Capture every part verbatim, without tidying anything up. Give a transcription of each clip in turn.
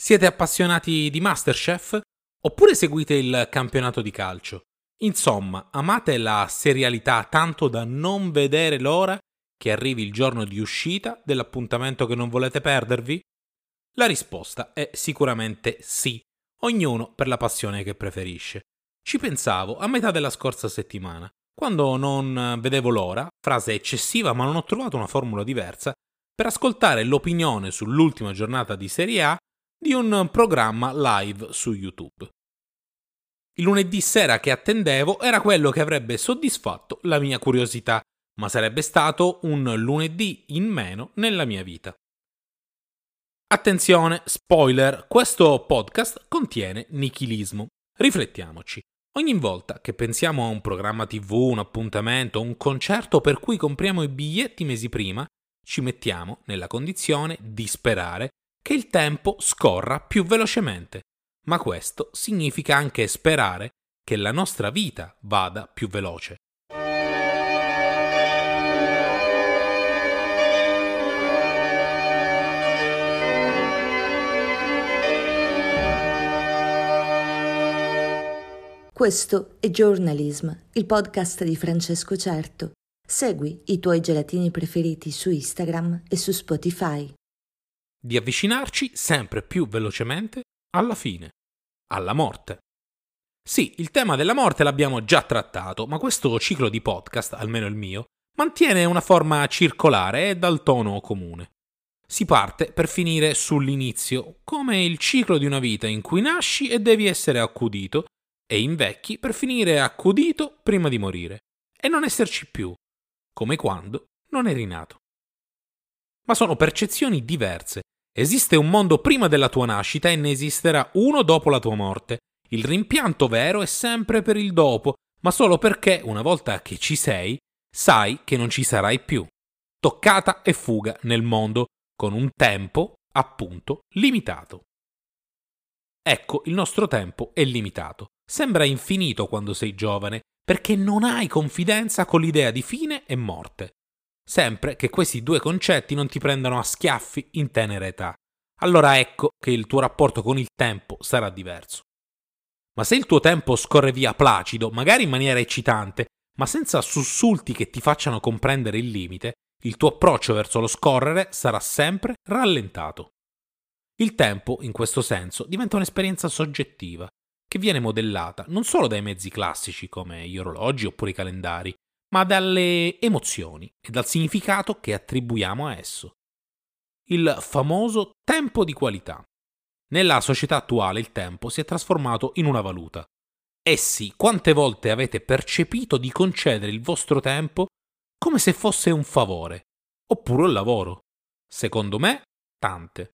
Siete appassionati di MasterChef? Oppure seguite il campionato di calcio? Insomma, amate la serialità tanto da non vedere l'ora che arrivi il giorno di uscita dell'appuntamento che non volete perdervi? La risposta è sicuramente sì, ognuno per la passione che preferisce. Ci pensavo a metà della scorsa settimana, quando non vedevo l'ora, frase eccessiva ma non ho trovato una formula diversa, per ascoltare l'opinione sull'ultima giornata di Serie A di un programma live su YouTube. Il lunedì sera che attendevo era quello che avrebbe soddisfatto la mia curiosità, ma sarebbe stato un lunedì in meno nella mia vita. Attenzione, spoiler, questo podcast contiene nichilismo. Riflettiamoci. Ogni volta che pensiamo a un programma tivù, un appuntamento, un concerto per cui compriamo i biglietti mesi prima, ci mettiamo nella condizione di sperare che il tempo scorra più velocemente. Ma questo significa anche sperare che la nostra vita vada più veloce. Questo è Journalism, il podcast di Francesco Certo. Segui i tuoi gelatini preferiti su Instagram e su Spotify. Di avvicinarci sempre più velocemente alla fine, alla morte. Sì, il tema della morte l'abbiamo già trattato, ma questo ciclo di podcast, almeno il mio, mantiene una forma circolare e dal tono comune. Si parte per finire sull'inizio, come il ciclo di una vita in cui nasci e devi essere accudito, e invecchi per finire accudito prima di morire, e non esserci più, come quando non eri nato. Ma sono percezioni diverse. Esiste un mondo prima della tua nascita e ne esisterà uno dopo la tua morte. Il rimpianto vero è sempre per il dopo, ma solo perché, una volta che ci sei, sai che non ci sarai più. Toccata e fuga nel mondo, con un tempo, appunto, limitato. Ecco, il nostro tempo è limitato. Sembra infinito quando sei giovane, perché non hai confidenza con l'idea di fine e morte. Sempre che questi due concetti non ti prendano a schiaffi in tenera età. Allora ecco che il tuo rapporto con il tempo sarà diverso. Ma se il tuo tempo scorre via placido, magari in maniera eccitante, ma senza sussulti che ti facciano comprendere il limite, il tuo approccio verso lo scorrere sarà sempre rallentato. Il tempo, in questo senso, diventa un'esperienza soggettiva, che viene modellata non solo dai mezzi classici come gli orologi oppure i calendari, ma dalle emozioni e dal significato che attribuiamo a esso. Il famoso tempo di qualità. Nella società attuale il tempo si è trasformato in una valuta. Eh sì, quante volte avete percepito di concedere il vostro tempo come se fosse un favore, oppure un lavoro? Secondo me, tante.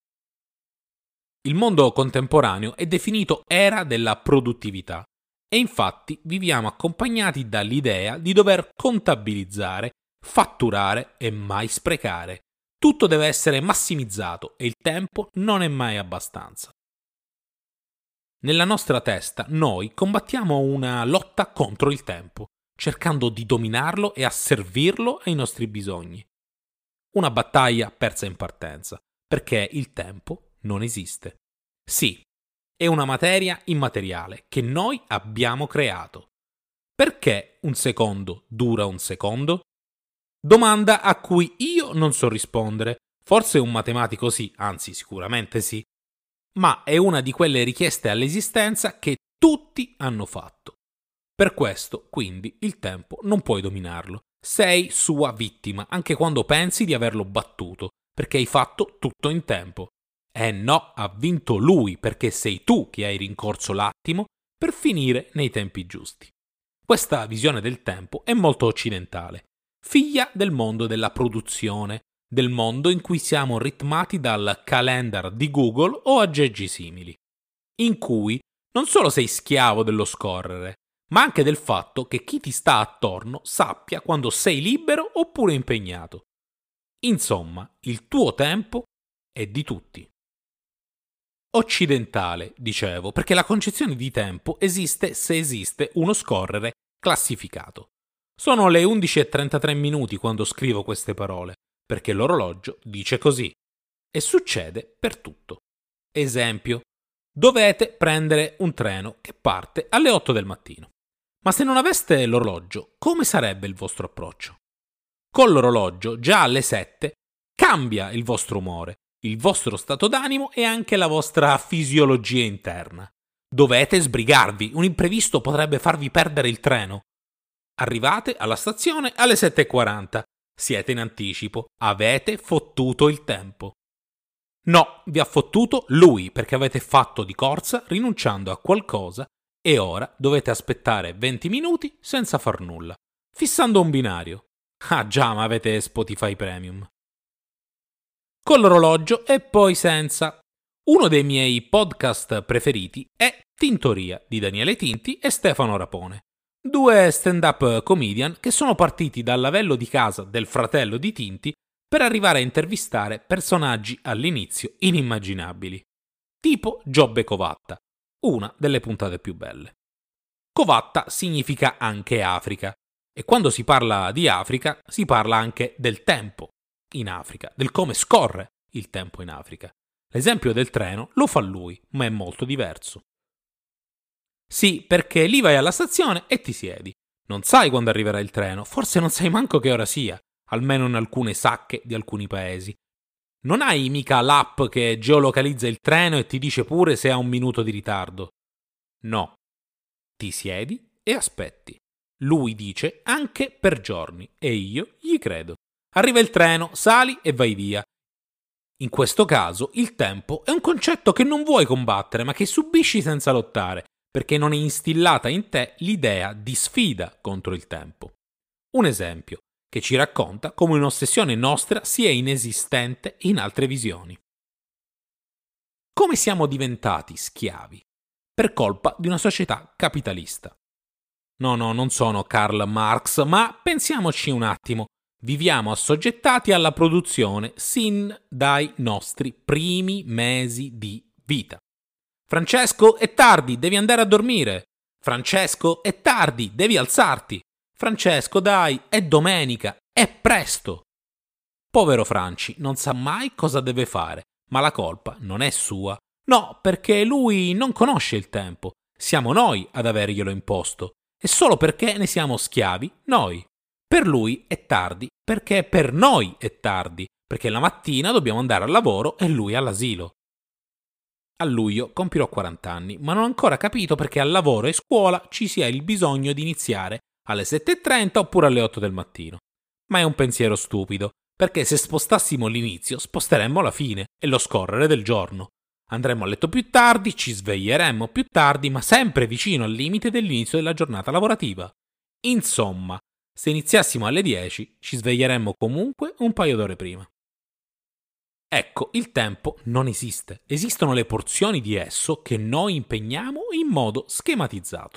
Il mondo contemporaneo è definito era della produttività. E infatti viviamo accompagnati dall'idea di dover contabilizzare, fatturare e mai sprecare. Tutto deve essere massimizzato e il tempo non è mai abbastanza. Nella nostra testa noi combattiamo una lotta contro il tempo, cercando di dominarlo e asservirlo ai nostri bisogni. Una battaglia persa in partenza, perché il tempo non esiste. Sì, è una materia immateriale che noi abbiamo creato. Perché un secondo dura un secondo? Domanda a cui io non so rispondere. Forse un matematico sì, anzi sicuramente sì. Ma è una di quelle richieste all'esistenza che tutti hanno fatto. Per questo, quindi, il tempo non puoi dominarlo. Sei sua vittima, anche quando pensi di averlo battuto, perché hai fatto tutto in tempo. Eh no, ha vinto lui perché sei tu che hai rincorso l'attimo per finire nei tempi giusti. Questa visione del tempo è molto occidentale, figlia del mondo della produzione, del mondo in cui siamo ritmati dal calendar di Google o aggeggi simili, in cui non solo sei schiavo dello scorrere, ma anche del fatto che chi ti sta attorno sappia quando sei libero oppure impegnato. Insomma, il tuo tempo è di tutti. Occidentale, dicevo, perché la concezione di tempo esiste se esiste uno scorrere classificato. Sono le undici e trentatré minuti quando scrivo queste parole, perché l'orologio dice così. E succede per tutto. Esempio, dovete prendere un treno che parte alle otto del mattino. Ma se non aveste l'orologio, come sarebbe il vostro approccio? Con l'orologio, già alle sette, cambia il vostro umore, il vostro stato d'animo e anche la vostra fisiologia interna. Dovete sbrigarvi, un imprevisto potrebbe farvi perdere il treno. Arrivate alla stazione alle sette e quaranta, siete in anticipo, avete fottuto il tempo. No, vi ha fottuto lui perché avete fatto di corsa rinunciando a qualcosa e ora dovete aspettare venti minuti senza far nulla, fissando un binario. Ah già, ma avete Spotify Premium. Con l'orologio e poi senza. Uno dei miei podcast preferiti è Tintoria di Daniele Tinti e Stefano Rapone, due stand-up comedian che sono partiti dal lavello di casa del fratello di Tinti per arrivare a intervistare personaggi all'inizio inimmaginabili, tipo Giobbe Covatta, una delle puntate più belle. Covatta significa anche Africa, e quando si parla di Africa si parla anche del tempo in Africa, del come scorre il tempo in Africa. L'esempio del treno lo fa lui, ma è molto diverso. Sì, perché lì vai alla stazione e ti siedi. Non sai quando arriverà il treno, forse non sai manco che ora sia, almeno in alcune sacche di alcuni paesi. Non hai mica l'app che geolocalizza il treno e ti dice pure se ha un minuto di ritardo. No. Ti siedi e aspetti. Lui dice anche per giorni e io gli credo. Arriva il treno, sali e vai via. In questo caso il tempo è un concetto che non vuoi combattere ma che subisci senza lottare, perché non è instillata in te l'idea di sfida contro il tempo. Un esempio che ci racconta come un'ossessione nostra sia inesistente in altre visioni. Come siamo diventati schiavi? Per colpa di una società capitalista. No, no, non sono Karl Marx, ma pensiamoci un attimo. Viviamo assoggettati alla produzione sin dai nostri primi mesi di vita. Francesco, è tardi, devi andare a dormire. Francesco, è tardi, devi alzarti. Francesco, dai, è domenica, è presto. Povero Franci, non sa mai cosa deve fare, ma la colpa non è sua. No, perché lui non conosce il tempo. Siamo noi ad averglielo imposto. E solo perché ne siamo schiavi, noi. Per lui è tardi, perché per noi è tardi, perché la mattina dobbiamo andare al lavoro e lui all'asilo. A luglio compirò quaranta anni, ma non ho ancora capito perché al lavoro e scuola ci sia il bisogno di iniziare alle sette e trenta oppure alle otto del mattino. Ma è un pensiero stupido, perché se spostassimo l'inizio sposteremmo la fine e lo scorrere del giorno. Andremmo a letto più tardi, ci sveglieremmo più tardi, ma sempre vicino al limite dell'inizio della giornata lavorativa. Insomma, se iniziassimo alle dieci, ci sveglieremmo comunque un paio d'ore prima. Ecco, il tempo non esiste. Esistono le porzioni di esso che noi impegniamo in modo schematizzato.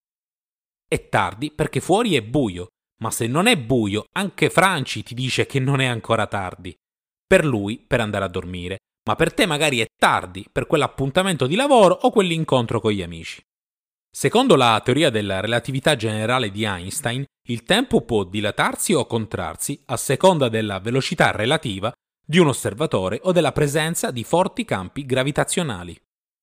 È tardi perché fuori è buio, ma se non è buio, anche Franci ti dice che non è ancora tardi. Per lui, per andare a dormire, ma per te magari è tardi per quell'appuntamento di lavoro o quell'incontro con gli amici. Secondo la teoria della relatività generale di Einstein, il tempo può dilatarsi o contrarsi a seconda della velocità relativa di un osservatore o della presenza di forti campi gravitazionali.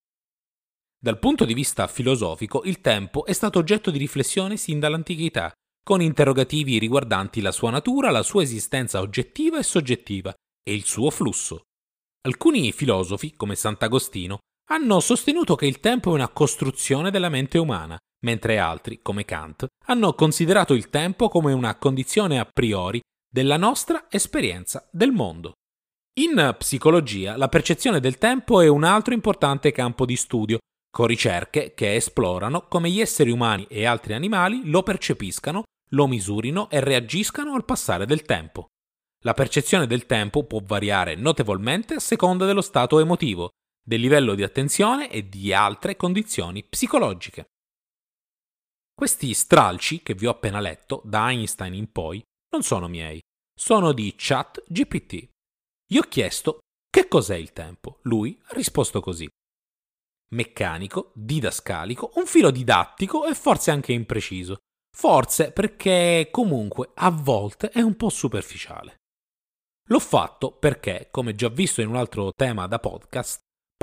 Dal punto di vista filosofico, il tempo è stato oggetto di riflessione sin dall'antichità, con interrogativi riguardanti la sua natura, la sua esistenza oggettiva e soggettiva e il suo flusso. Alcuni filosofi, come Sant'Agostino, hanno sostenuto che il tempo è una costruzione della mente umana, mentre altri, come Kant, hanno considerato il tempo come una condizione a priori della nostra esperienza del mondo. In psicologia, la percezione del tempo è un altro importante campo di studio, con ricerche che esplorano come gli esseri umani e altri animali lo percepiscano, lo misurino e reagiscano al passare del tempo. La percezione del tempo può variare notevolmente a seconda dello stato emotivo, del livello di attenzione e di altre condizioni psicologiche. Questi stralci che vi ho appena letto, da Einstein in poi, non sono miei, sono di ChatGPT. Gli ho chiesto che cos'è il tempo. Lui ha risposto così: meccanico, didascalico, un filo didattico e forse anche impreciso. Forse perché comunque a volte è un po' superficiale. L'ho fatto perché, come già visto in un altro tema da podcast,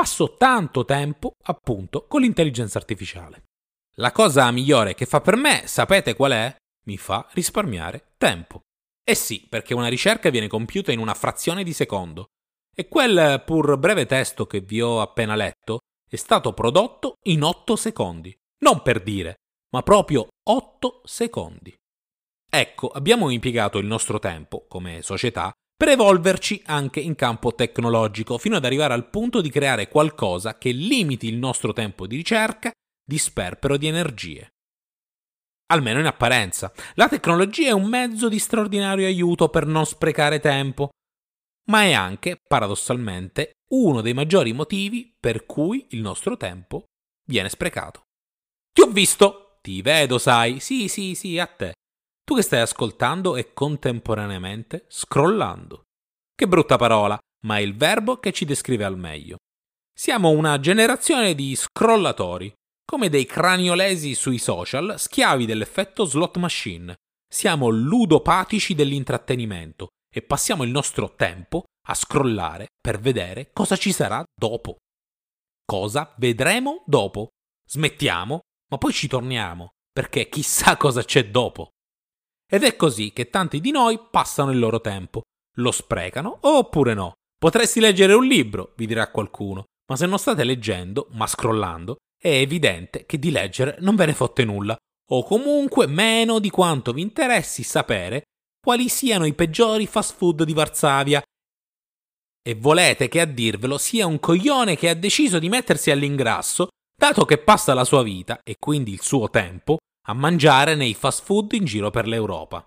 passo tanto tempo, appunto, con l'intelligenza artificiale. La cosa migliore che fa per me, sapete qual è? Mi fa risparmiare tempo. Eh sì, perché una ricerca viene compiuta in una frazione di secondo e quel pur breve testo che vi ho appena letto è stato prodotto in otto secondi. Non per dire, ma proprio otto secondi. Ecco, abbiamo impiegato il nostro tempo, come società, per evolverci anche in campo tecnologico, fino ad arrivare al punto di creare qualcosa che limiti il nostro tempo di ricerca, di sperpero di energie. Almeno in apparenza. La tecnologia è un mezzo di straordinario aiuto per non sprecare tempo, ma è anche, paradossalmente, uno dei maggiori motivi per cui il nostro tempo viene sprecato. Ti ho visto! Ti vedo, sai? Sì, sì, sì, a te. Tu che stai ascoltando e contemporaneamente scrollando. Che brutta parola, ma è il verbo che ci descrive al meglio. Siamo una generazione di scrollatori, come dei craniolesi sui social, schiavi dell'effetto slot machine. Siamo ludopatici dell'intrattenimento e passiamo il nostro tempo a scrollare per vedere cosa ci sarà dopo. Cosa vedremo dopo? Smettiamo, ma poi ci torniamo, perché chissà cosa c'è dopo. Ed è così che tanti di noi passano il loro tempo. Lo sprecano oppure no. Potresti leggere un libro, vi dirà qualcuno, ma se non state leggendo, ma scrollando, è evidente che di leggere non ve ne fotte nulla, o comunque meno di quanto vi interessi sapere quali siano i peggiori fast food di Varsavia. E volete che a dirvelo sia un coglione che ha deciso di mettersi all'ingrasso, dato che passa la sua vita, e quindi il suo tempo, a mangiare nei fast food in giro per l'Europa.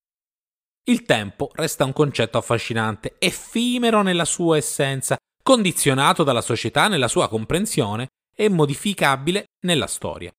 Il tempo resta un concetto affascinante, effimero nella sua essenza, condizionato dalla società nella sua comprensione e modificabile nella storia.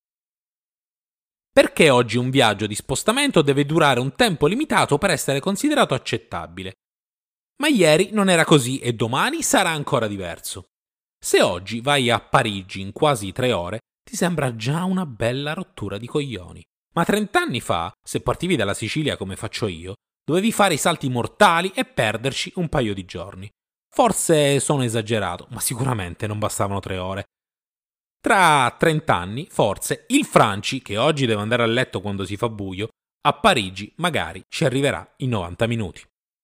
Perché oggi un viaggio di spostamento deve durare un tempo limitato per essere considerato accettabile? Ma ieri non era così e domani sarà ancora diverso. Se oggi vai a Parigi in quasi tre ore, ti sembra già una bella rottura di coglioni. Ma trent'anni fa, se partivi dalla Sicilia come faccio io, dovevi fare i salti mortali e perderci un paio di giorni. Forse sono esagerato, ma sicuramente non bastavano tre ore. Tra trent'anni, forse, il Franci, che oggi deve andare a letto quando si fa buio, a Parigi magari ci arriverà in novanta minuti.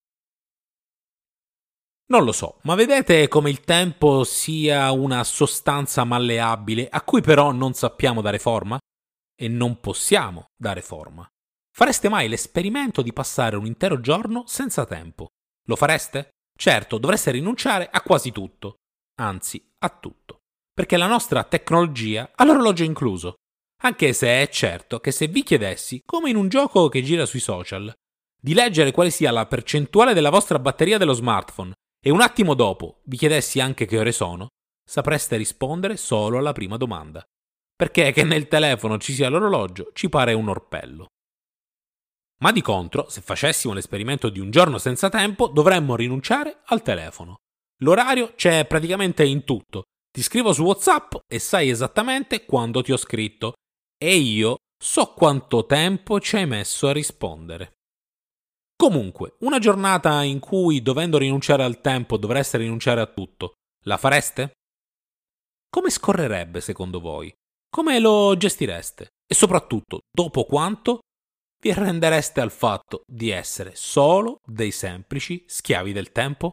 Non lo so, ma vedete come il tempo sia una sostanza malleabile a cui però non sappiamo dare forma? E non possiamo dare forma. Fareste mai l'esperimento di passare un intero giorno senza tempo? Lo fareste? Certo, dovreste rinunciare a quasi tutto, anzi a tutto, perché la nostra tecnologia ha l'orologio incluso, anche se è certo che se vi chiedessi, come in un gioco che gira sui social, di leggere quale sia la percentuale della vostra batteria dello smartphone e un attimo dopo vi chiedessi anche che ore sono, sapreste rispondere solo alla prima domanda. Perché che nel telefono ci sia l'orologio ci pare un orpello. Ma di contro, se facessimo l'esperimento di un giorno senza tempo, dovremmo rinunciare al telefono. L'orario c'è praticamente in tutto. Ti scrivo su WhatsApp e sai esattamente quando ti ho scritto. E io so quanto tempo ci hai messo a rispondere. Comunque, una giornata in cui, dovendo rinunciare al tempo, dovreste rinunciare a tutto, la fareste? Come scorrerebbe secondo voi? Come lo gestireste? E soprattutto, dopo quanto vi arrendereste al fatto di essere solo dei semplici schiavi del tempo?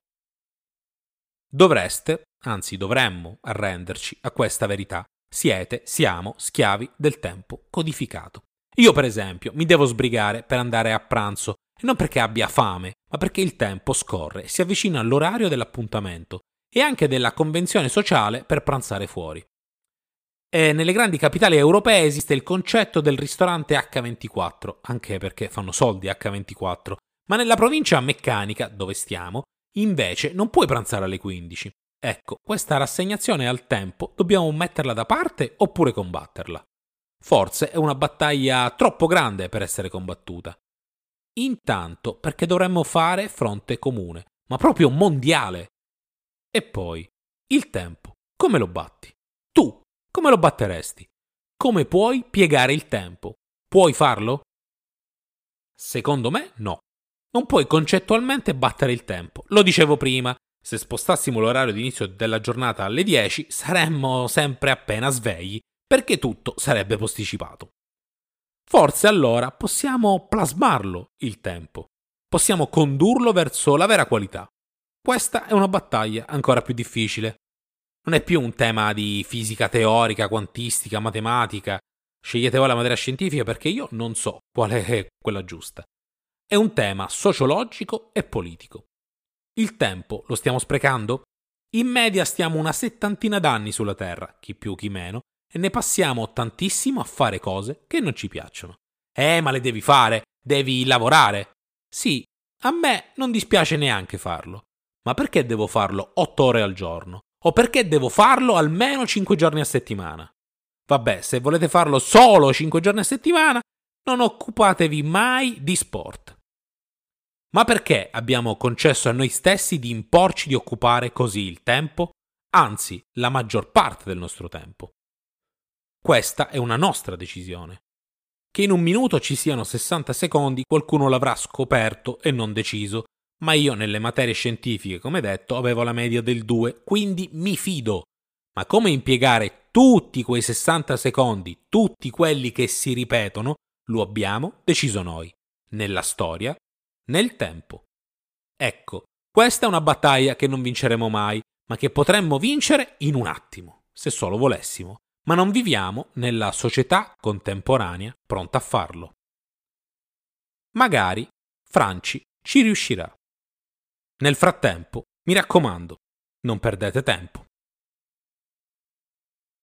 Dovreste, anzi dovremmo, arrenderci a questa verità. Siete, siamo schiavi del tempo codificato. Io, per esempio, mi devo sbrigare per andare a pranzo, e non perché abbia fame, ma perché il tempo scorre, si avvicina all'orario dell'appuntamento e anche della convenzione sociale per pranzare fuori. E nelle grandi capitali europee esiste il concetto del ristorante acca ventiquattro, anche perché fanno soldi acca ventiquattro, ma nella provincia meccanica, dove stiamo, invece non puoi pranzare alle quindici. Ecco, questa rassegnazione al tempo dobbiamo metterla da parte oppure combatterla. Forse è una battaglia troppo grande per essere combattuta. Intanto perché dovremmo fare fronte comune, ma proprio mondiale. E poi, il tempo, come lo batti? Tu, come lo batteresti? Come puoi piegare il tempo? Puoi farlo? Secondo me, no. Non puoi concettualmente battere il tempo. Lo dicevo prima, Se spostassimo l'orario di inizio della giornata alle dieci, saremmo sempre appena svegli, perché tutto sarebbe posticipato. Forse allora possiamo plasmarlo, il tempo. Possiamo condurlo verso la vera qualità. Questa è una battaglia ancora più difficile. Non è più un tema di fisica teorica, quantistica, matematica. Scegliete voi la materia scientifica perché io non so qual è quella giusta. È un tema sociologico e politico. Il tempo lo stiamo sprecando? In media stiamo una settantina d'anni sulla Terra, chi più chi meno, e ne passiamo tantissimo a fare cose che non ci piacciono. Eh, ma le devi fare, devi lavorare. Sì, a me non dispiace neanche farlo. Ma perché devo farlo otto ore al giorno? O perché devo farlo almeno cinque giorni a settimana? Vabbè, se volete farlo solo cinque giorni a settimana, non occupatevi mai di sport. Ma perché abbiamo concesso a noi stessi di imporci di occupare così il tempo? Anzi, la maggior parte del nostro tempo. Questa è una nostra decisione. Che in un minuto ci siano sessanta secondi qualcuno l'avrà scoperto e non deciso, ma io nelle materie scientifiche, come detto, avevo la media del due, quindi mi fido. Ma come impiegare tutti quei sessanta secondi, tutti quelli che si ripetono, lo abbiamo deciso noi, nella storia, nel tempo. Ecco, questa è una battaglia che non vinceremo mai, ma che potremmo vincere in un attimo, se solo volessimo. Ma non viviamo nella società contemporanea pronta a farlo. Magari Franci ci riuscirà. Nel frattempo, mi raccomando, non perdete tempo.